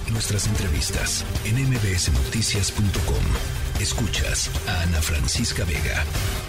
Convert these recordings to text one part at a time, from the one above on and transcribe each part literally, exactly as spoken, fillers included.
Nuestras entrevistas en eme be ese noticias punto com. Escuchas a Ana Francisca Vega.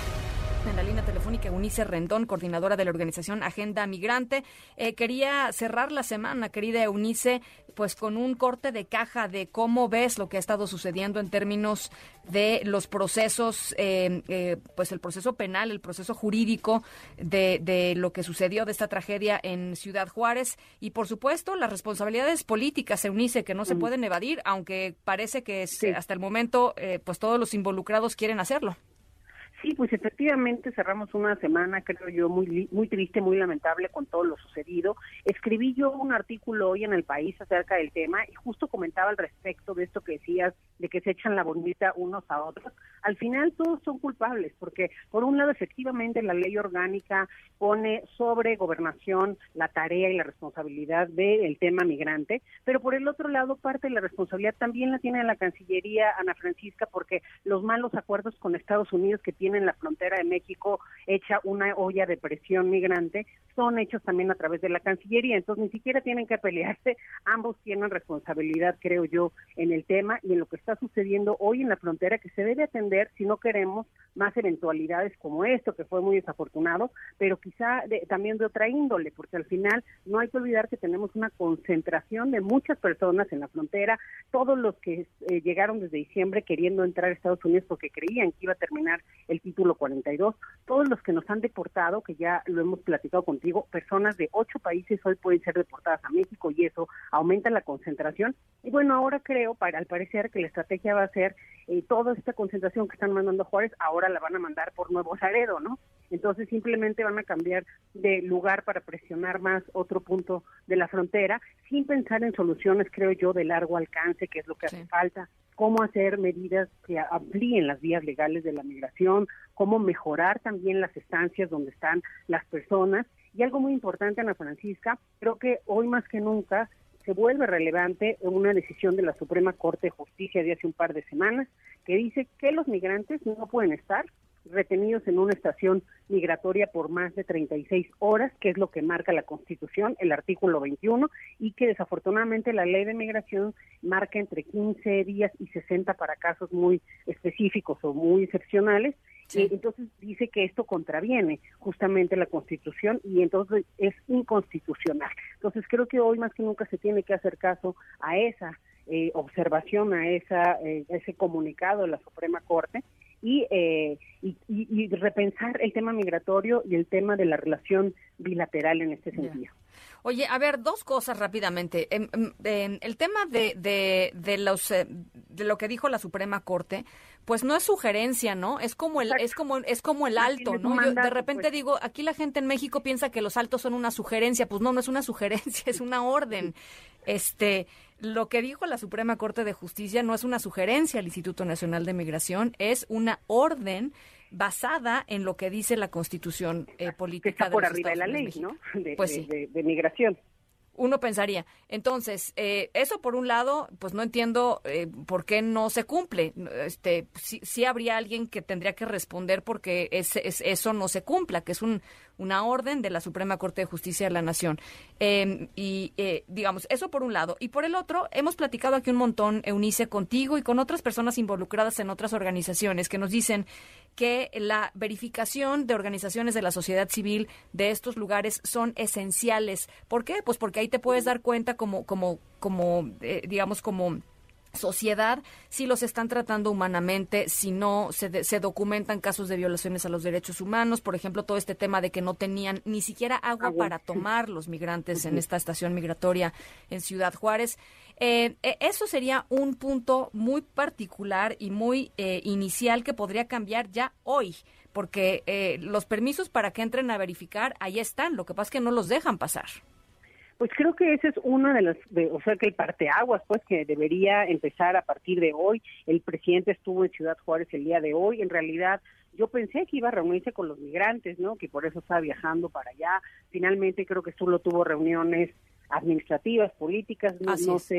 En la línea telefónica, Eunice Rendón, coordinadora de la organización Agenda Migrante. Eh, quería cerrar la semana, querida Eunice, pues con un corte de caja de cómo ves lo que ha estado sucediendo en términos de los procesos, eh, eh, pues el proceso penal, el proceso jurídico de, de lo que sucedió, de esta tragedia en Ciudad Juárez. Y, por supuesto, las responsabilidades políticas, Eunice, que no se pueden evadir, aunque parece que es, sí. hasta el momento, eh, pues todos los involucrados quieren hacerlo. Sí, pues efectivamente cerramos una semana, creo yo, muy muy triste, muy lamentable con todo lo sucedido. Escribí yo un artículo hoy en El País acerca del tema y justo comentaba al respecto de esto que decías, de que se echan la bonita unos a otros. Al final todos son culpables, porque por un lado efectivamente la ley orgánica pone sobre gobernación la tarea y la responsabilidad del tema migrante, pero por el otro lado parte de la responsabilidad también la tiene la Cancillería, Ana Francisca, porque los malos acuerdos con Estados Unidos que tienen en la frontera de México hecha una olla de presión migrante, son hechos también a través de la Cancillería, entonces ni siquiera tienen que pelearse, ambos tienen responsabilidad, creo yo, en el tema y en lo que está sucediendo hoy en la frontera, que se debe atender si no queremos más eventualidades como esto, que fue muy desafortunado, pero quizá de, también de otra índole, porque al final no hay que olvidar que tenemos una concentración de muchas personas en la frontera, todos los que eh, llegaron desde diciembre queriendo entrar a Estados Unidos porque creían que iba a terminar el título cuarenta y dos, todos los que nos han deportado, que ya lo hemos platicado contigo, personas de ocho países hoy pueden ser deportadas a México y eso aumenta la concentración. Y bueno, ahora creo, para al parecer, que la estrategia va a ser eh, toda esta concentración que están mandando a Juárez, ahora la van a mandar por Nuevo Laredo, ¿no? Entonces simplemente van a cambiar de lugar para presionar más otro punto de la frontera, sin pensar en soluciones, creo yo, de largo alcance, que es lo que sí. hace falta, cómo hacer medidas que amplíen las vías legales de la migración, cómo mejorar también las estancias donde están las personas. Y algo muy importante, Ana Francisca, creo que hoy más que nunca se vuelve relevante una decisión de la Suprema Corte de Justicia de hace un par de semanas, que dice que los migrantes no pueden estar retenidos en una estación migratoria por más de treinta y seis horas, que es lo que marca la Constitución, el artículo veintiuno, y que desafortunadamente la ley de migración marca entre quince días y sesenta para casos muy específicos o muy excepcionales. Sí. Y entonces dice que esto contraviene justamente la Constitución y entonces es inconstitucional. Entonces creo que hoy más que nunca se tiene que hacer caso a esa eh, observación, a esa eh, ese comunicado de la Suprema Corte, Y, eh, y, y, y repensar el tema migratorio y el tema de la relación bilateral en este sentido. Yeah. Oye, a ver, dos cosas rápidamente. Eh, eh, el tema de, de, de, los, eh, de lo que dijo la Suprema Corte, pues no es sugerencia, ¿no? Es como el, es como, es como el alto, ¿no? Yo de repente pues. digo, aquí la gente en México piensa que los altos son una sugerencia. Pues no, no es una sugerencia, es una orden. Este, lo que dijo la Suprema Corte de Justicia no es una sugerencia al Instituto Nacional de Migración, es una orden basada en lo que dice la Constitución eh, política que está de por los arriba Estados de la ley, México. ¿no? De, pues de, sí. de, de migración. Uno pensaría. Entonces, eh, eso por un lado, pues no entiendo eh, por qué no se cumple. Este, sí, sí habría alguien que tendría que responder porque es, es, eso no se cumpla, que es un, una orden de la Suprema Corte de Justicia de la Nación. Eh, y, eh, digamos, eso por un lado. Y por el otro, hemos platicado aquí un montón, Eunice, contigo y con otras personas involucradas en otras organizaciones que nos dicen que la verificación de organizaciones de la sociedad civil de estos lugares son esenciales. ¿Por qué? Pues porque ahí te puedes dar cuenta como, como, como, eh, digamos, como sociedad, si los están tratando humanamente, si no se, de, se documentan casos de violaciones a los derechos humanos, por ejemplo, todo este tema de que no tenían ni siquiera agua, agua. para tomar los migrantes en esta estación migratoria en Ciudad Juárez. Eh, eso sería un punto muy particular y muy eh, inicial que podría cambiar ya hoy, porque eh, los permisos para que entren a verificar, ahí están, lo que pasa es que no los dejan pasar. Pues creo que esa es una de las, de, o sea, que el parteaguas, pues, que debería empezar a partir de hoy. El presidente estuvo en Ciudad Juárez el día de hoy. En realidad, yo pensé que iba a reunirse con los migrantes, ¿no? Que por eso estaba viajando para allá. Finalmente, creo que solo tuvo reuniones administrativas, políticas, no, no sé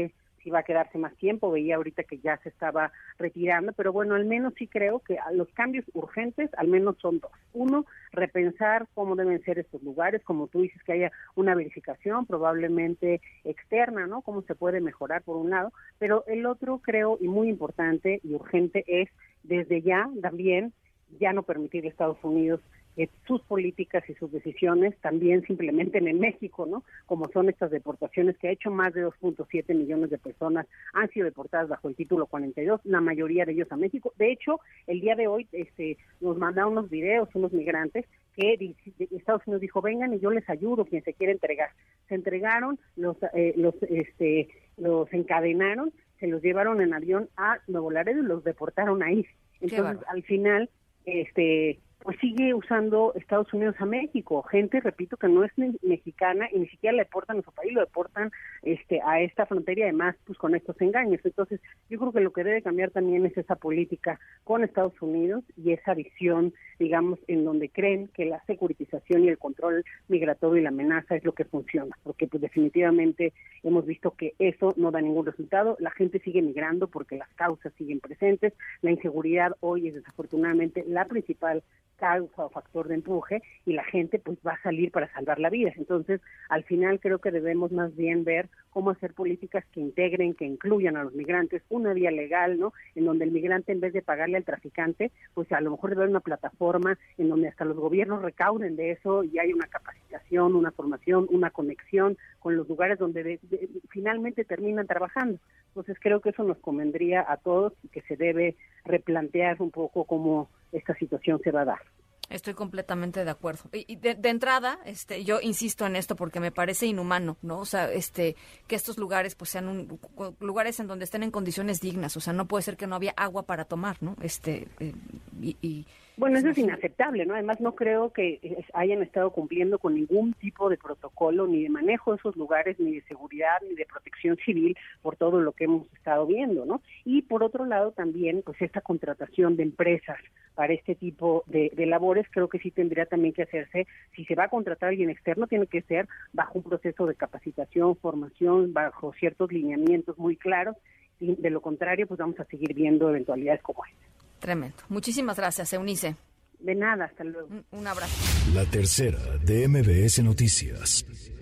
si va a quedarse más tiempo, veía ahorita que ya se estaba retirando, pero bueno, al menos sí creo que los cambios urgentes al menos son dos. Uno, repensar cómo deben ser estos lugares, como tú dices, que haya una verificación probablemente externa, ¿no? Cómo se puede mejorar por un lado, pero el otro creo, y muy importante y urgente, es desde ya también ya no permitir a Estados Unidos que sus políticas y sus decisiones también se implementen en México, ¿no? Como son estas deportaciones que ha hecho más de dos punto siete millones de personas han sido deportadas bajo el título cuarenta y dos, la mayoría de ellos a México. De hecho, el día de hoy este, nos mandaron unos videos unos migrantes que Estados Unidos dijo, vengan y yo les ayudo, quien se quiera entregar. Se entregaron, los eh, los este los encadenaron, se los llevaron en avión a Nuevo Laredo y los deportaron ahí. Entonces, al final, este pues sigue usando Estados Unidos a México, gente, repito, que no es ni mexicana y ni siquiera la deportan a su país, lo deportan este a esta frontera y además pues con estos engaños. Entonces yo creo que lo que debe cambiar también es esa política con Estados Unidos y esa visión, digamos, en donde creen que la securitización y el control migratorio y la amenaza es lo que funciona, porque pues definitivamente hemos visto que eso no da ningún resultado, la gente sigue migrando porque las causas siguen presentes, la inseguridad hoy es desafortunadamente la principal causa o factor de empuje y la gente pues va a salir para salvar la vida. Entonces, al final creo que debemos más bien ver cómo hacer políticas que integren, que incluyan a los migrantes, una vía legal, ¿no? En donde el migrante, en vez de pagarle al traficante, pues a lo mejor debe haber una plataforma en donde hasta los gobiernos recauden de eso y hay una capacitación, una formación, una conexión con los lugares donde de, de, finalmente terminan trabajando. Entonces, creo que eso nos convendría a todos y que se debe replantear un poco cómo esta situación se va a dar. Estoy completamente de acuerdo. Y de, de entrada, este, yo insisto en esto porque me parece inhumano, ¿no? O sea, este, que estos lugares, pues, sean un, lugares en donde estén en condiciones dignas. O sea, no puede ser que no había agua para tomar, ¿no? Este, eh, y, y Bueno, eso es inaceptable, ¿no? Además, no creo que hayan estado cumpliendo con ningún tipo de protocolo, ni de manejo de esos lugares, ni de seguridad, ni de protección civil, por todo lo que hemos estado viendo, ¿no? Y por otro lado, también, pues, esta contratación de empresas para este tipo de, de labores, creo que sí tendría también que hacerse, si se va a contratar a alguien externo, tiene que ser bajo un proceso de capacitación, formación, bajo ciertos lineamientos muy claros, y de lo contrario, pues vamos a seguir viendo eventualidades como esta. Tremendo. Muchísimas gracias, Eunice. De nada, hasta luego. Un, un abrazo. La tercera de M B S Noticias.